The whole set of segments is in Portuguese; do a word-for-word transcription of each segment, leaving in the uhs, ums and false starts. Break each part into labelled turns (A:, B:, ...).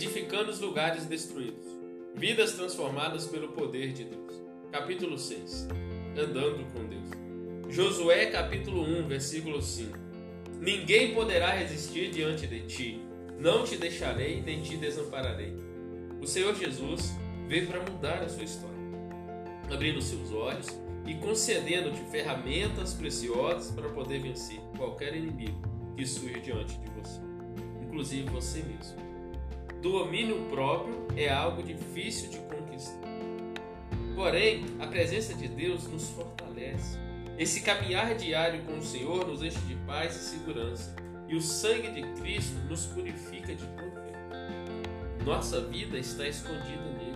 A: edificando os lugares destruídos, vidas transformadas pelo poder de Deus. Capítulo seis. Andando com Deus. Josué capítulo um, versículo cinco. Ninguém poderá resistir diante de ti, não te deixarei nem te desampararei. O Senhor Jesus veio para mudar a sua história, abrindo seus olhos e concedendo-te ferramentas preciosas para poder vencer qualquer inimigo que surja diante de você, inclusive você mesmo. Domínio próprio é algo difícil de conquistar. Porém, a presença de Deus nos fortalece. Esse caminhar diário com o Senhor nos enche de paz e segurança, e o sangue de Cristo nos purifica de todo pecado. Nossa vida está escondida nele.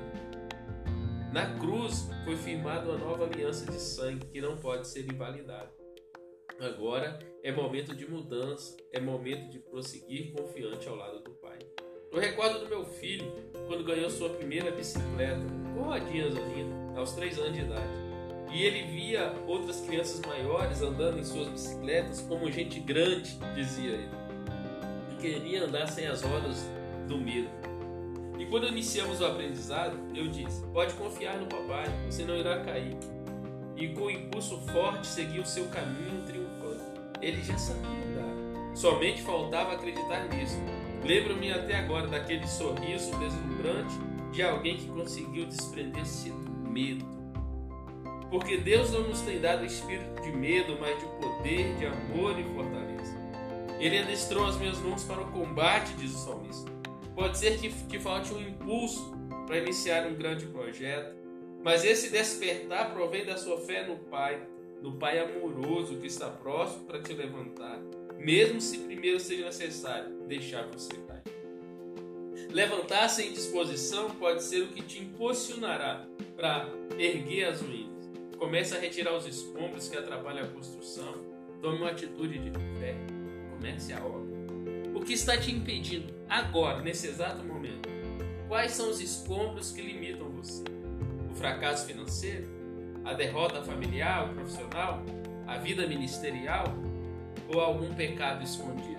A: Na cruz foi firmada uma nova aliança de sangue que não pode ser invalidada. Agora é momento de mudança, é momento de prosseguir confiante ao lado do Pai. Eu recordo do meu filho quando ganhou sua primeira bicicleta, com rodinhas aos três anos de idade. E ele via outras crianças maiores andando em suas bicicletas como gente grande, dizia ele. E queria andar sem as rodas do medo. E quando iniciamos o aprendizado, eu disse: pode confiar no papai, você não irá cair. E com um impulso forte seguiu o seu caminho triunfante. Ele já sabia andar, somente faltava acreditar nisso. Lembro-me até agora daquele sorriso deslumbrante de alguém que conseguiu desprender-se do medo. Porque Deus não nos tem dado espírito de medo, mas de poder, de amor e fortaleza. Ele adestrou as minhas mãos para o combate, diz o salmista. Pode ser que te falte um impulso para iniciar um grande projeto, mas esse despertar provém da sua fé no Pai, no Pai amoroso que está próximo para te levantar, mesmo se primeiro seja necessário deixar você cair. Levantar-se em disposição pode ser o que te impulsionará para erguer as ruínas. Comece a retirar os escombros que atrapalham a construção. Tome uma atitude de fé. Comece a obra. O que está te impedindo agora, nesse exato momento? Quais são os escombros que limitam você? O fracasso financeiro? A derrota familiar ou profissional? A vida ministerial? Ou algum pecado escondido?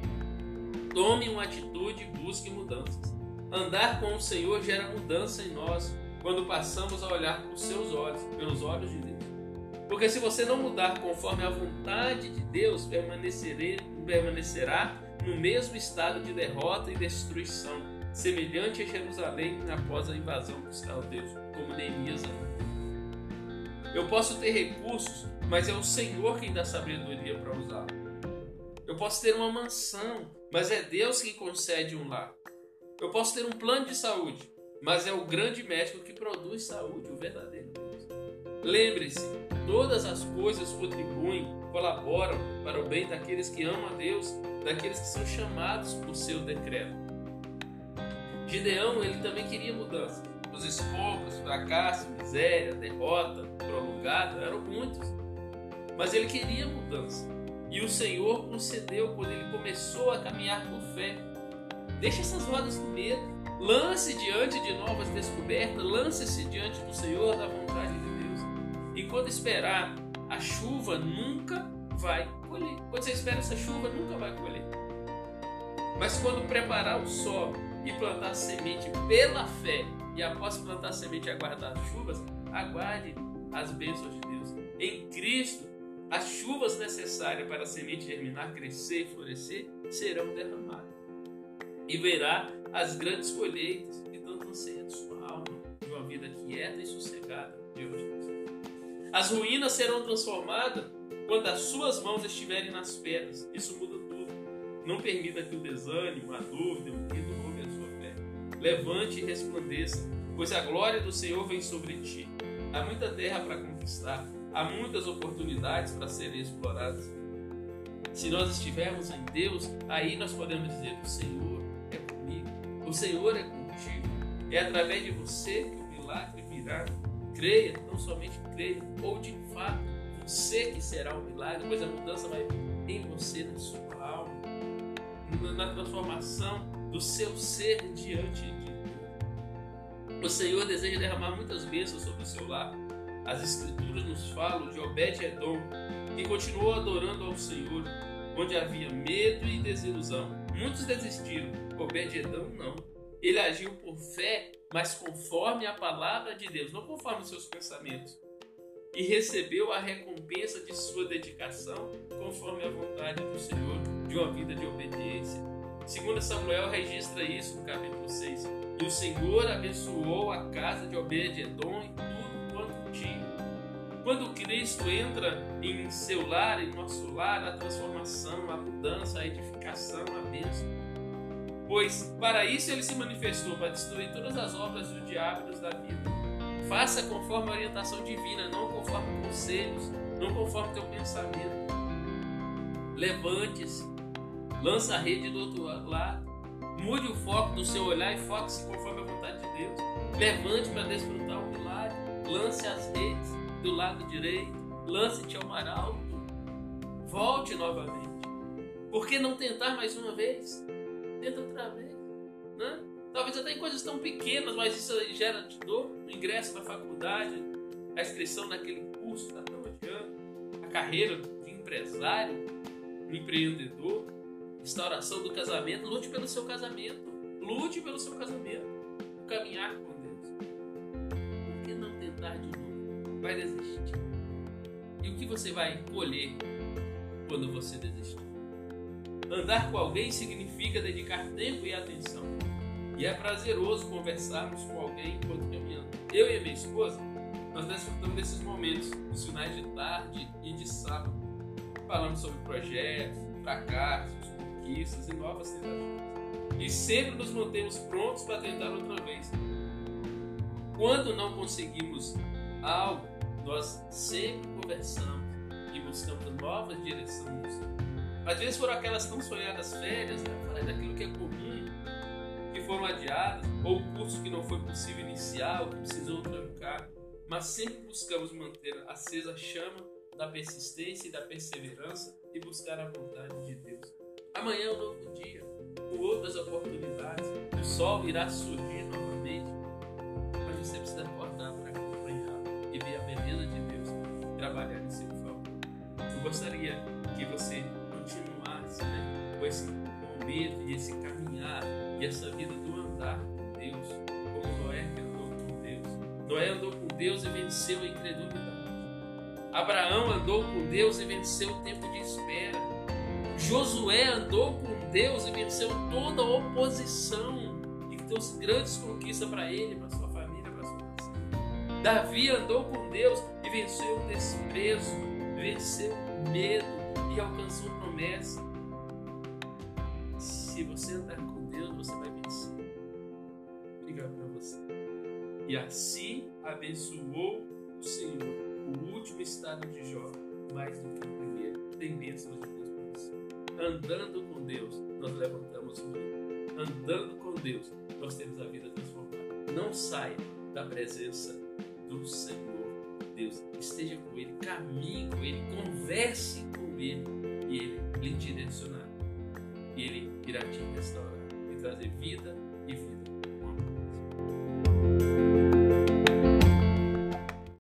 A: Tome uma atitude e busque mudanças. Andar com o Senhor gera mudança em nós quando passamos a olhar por seus olhos, pelos olhos de Deus. Porque se você não mudar conforme a vontade de Deus, permanecerá no mesmo estado de derrota e destruição, semelhante a Jerusalém após a invasão dos caldeus, como Neemias andou. Eu posso ter recursos, mas é o Senhor quem dá sabedoria para usá-los. Eu posso ter uma mansão, mas é Deus quem concede um lar. Eu posso ter um plano de saúde, mas é o grande médico que produz saúde, o verdadeiro Deus. Lembre-se, todas as coisas contribuem, colaboram para o bem daqueles que amam a Deus, daqueles que são chamados por seu decreto. Gideão, ele também queria mudança. Os escombros, fracasso, miséria, derrota, prolongada, eram muitos. Mas ele queria mudança. E o Senhor concedeu quando ele começou a caminhar por fé. Deixe essas rodas do medo. Lance diante de novas descobertas, lance-se diante do Senhor, da vontade de Deus. Enquanto esperar, a chuva nunca vai colher. Quando você espera essa chuva, nunca vai colher. Mas quando preparar o solo e plantar semente pela fé, e após plantar a semente e aguardar as chuvas, aguarde as bênçãos de Deus. Em Cristo, as chuvas necessárias para a semente germinar, crescer e florescer serão derramadas. E verá as grandes colheitas que tanto anseia de sua alma, de uma vida quieta e sossegada diante de Deus. As ruínas serão transformadas quando as suas mãos estiverem nas pedras. Isso muda tudo. Não permita que o desânimo, a dúvida, o medo roube a sua fé. Levante e resplandeça, pois a glória do Senhor vem sobre ti. Há muita terra para conquistar, há muitas oportunidades para serem exploradas. Se nós estivermos em Deus, aí nós podemos dizer: o Senhor é comigo, o Senhor é contigo. É através de você que o milagre virá. Creia, não somente creia, ou de fato você que será o milagre, pois a mudança vai em você, na sua alma, na transformação do seu ser diante de Deus. O Senhor deseja derramar muitas bênçãos sobre o seu lar. As Escrituras nos falam de Obed-Edom, que continuou adorando ao Senhor, onde havia medo e desilusão. Muitos desistiram, Obed-Edom não. Ele agiu por fé, mas conforme a palavra de Deus, não conforme os seus pensamentos. E recebeu a recompensa de sua dedicação, conforme a vontade do Senhor, de uma vida de obediência. Segundo Samuel registra isso no capítulo seis. E o Senhor abençoou a casa de Obed-Edom e tudo quanto tinha. Quando Cristo entra em seu lar, em nosso lar, a transformação, a mudança, a edificação, a bênção. Pois para isso ele se manifestou, para destruir todas as obras do diabo e dos da vida. Faça conforme a orientação divina, não conforme conselhos, não conforme teu pensamento. Levante-se, lança a rede do outro lado, mude o foco do seu olhar e foque-se conforme a vontade de Deus. Levante para desfrutar o milagre, lance as redes do lado direito, lance-te ao mar alto, volte novamente. Por que não tentar mais uma vez? Tenta outra vez, né? Talvez até em coisas tão pequenas, mas isso gera de dor. O ingresso na faculdade, a inscrição naquele curso que está tão adiante, a carreira de empresário, de empreendedor, restauração do casamento. Lute pelo seu casamento, lute pelo seu casamento, o caminhar com Deus. Por que não tentar de novo? Vai desistir. E o que você vai colher quando você desistir? Andar com alguém significa dedicar tempo e atenção. E é prazeroso conversarmos com alguém enquanto caminhamos. Eu e a minha esposa, nós desfrutamos desses momentos, nos finais de tarde e de sábado. Falamos sobre projetos, fracassos, conquistas e novas tentativas. E sempre nos mantemos prontos para tentar outra vez. Quando não conseguimos algo, nós sempre conversamos e buscamos novas direções. Às vezes foram aquelas tão sonhadas férias, né? Falei daquilo que é comum, que foram adiadas, ou o curso que não foi possível iniciar, ou que precisou trancar, mas sempre buscamos manter acesa a chama da persistência e da perseverança e buscar a vontade de Deus. Amanhã é um novo dia, com outras oportunidades, o sol irá surgir novamente, mas você precisa acordar para acompanhar e ver a beleza de Deus trabalhar em seu favor. Eu gostaria que você continuasse, né, com esse momento e esse caminhar e essa vida do andar com Deus, como Noé que andou com Deus. Noé andou com Deus e venceu a incredulidade. Abraão andou com Deus e venceu o tempo de espera. Josué andou com Deus e venceu toda a oposição e trouxe grandes conquistas para ele, para sua família, para sua nação. Davi andou com Deus e venceu o desprezo, venceu o medo e alcançou promessa. Se você andar com Deus, você vai vencer. Diga para você. E assim abençoou o Senhor o último estado de Jó, mais do que o primeiro. Tem bênçãos de Deus para você. Andando com Deus, nós levantamos o mundo. Andando com Deus, nós temos a vida transformada. Não saia da presença do Senhor Deus. Esteja com Ele, caminhe com Ele, converse com Ele e Ele lhe direcionar. E Ele irá te restaurar e trazer vida e vida.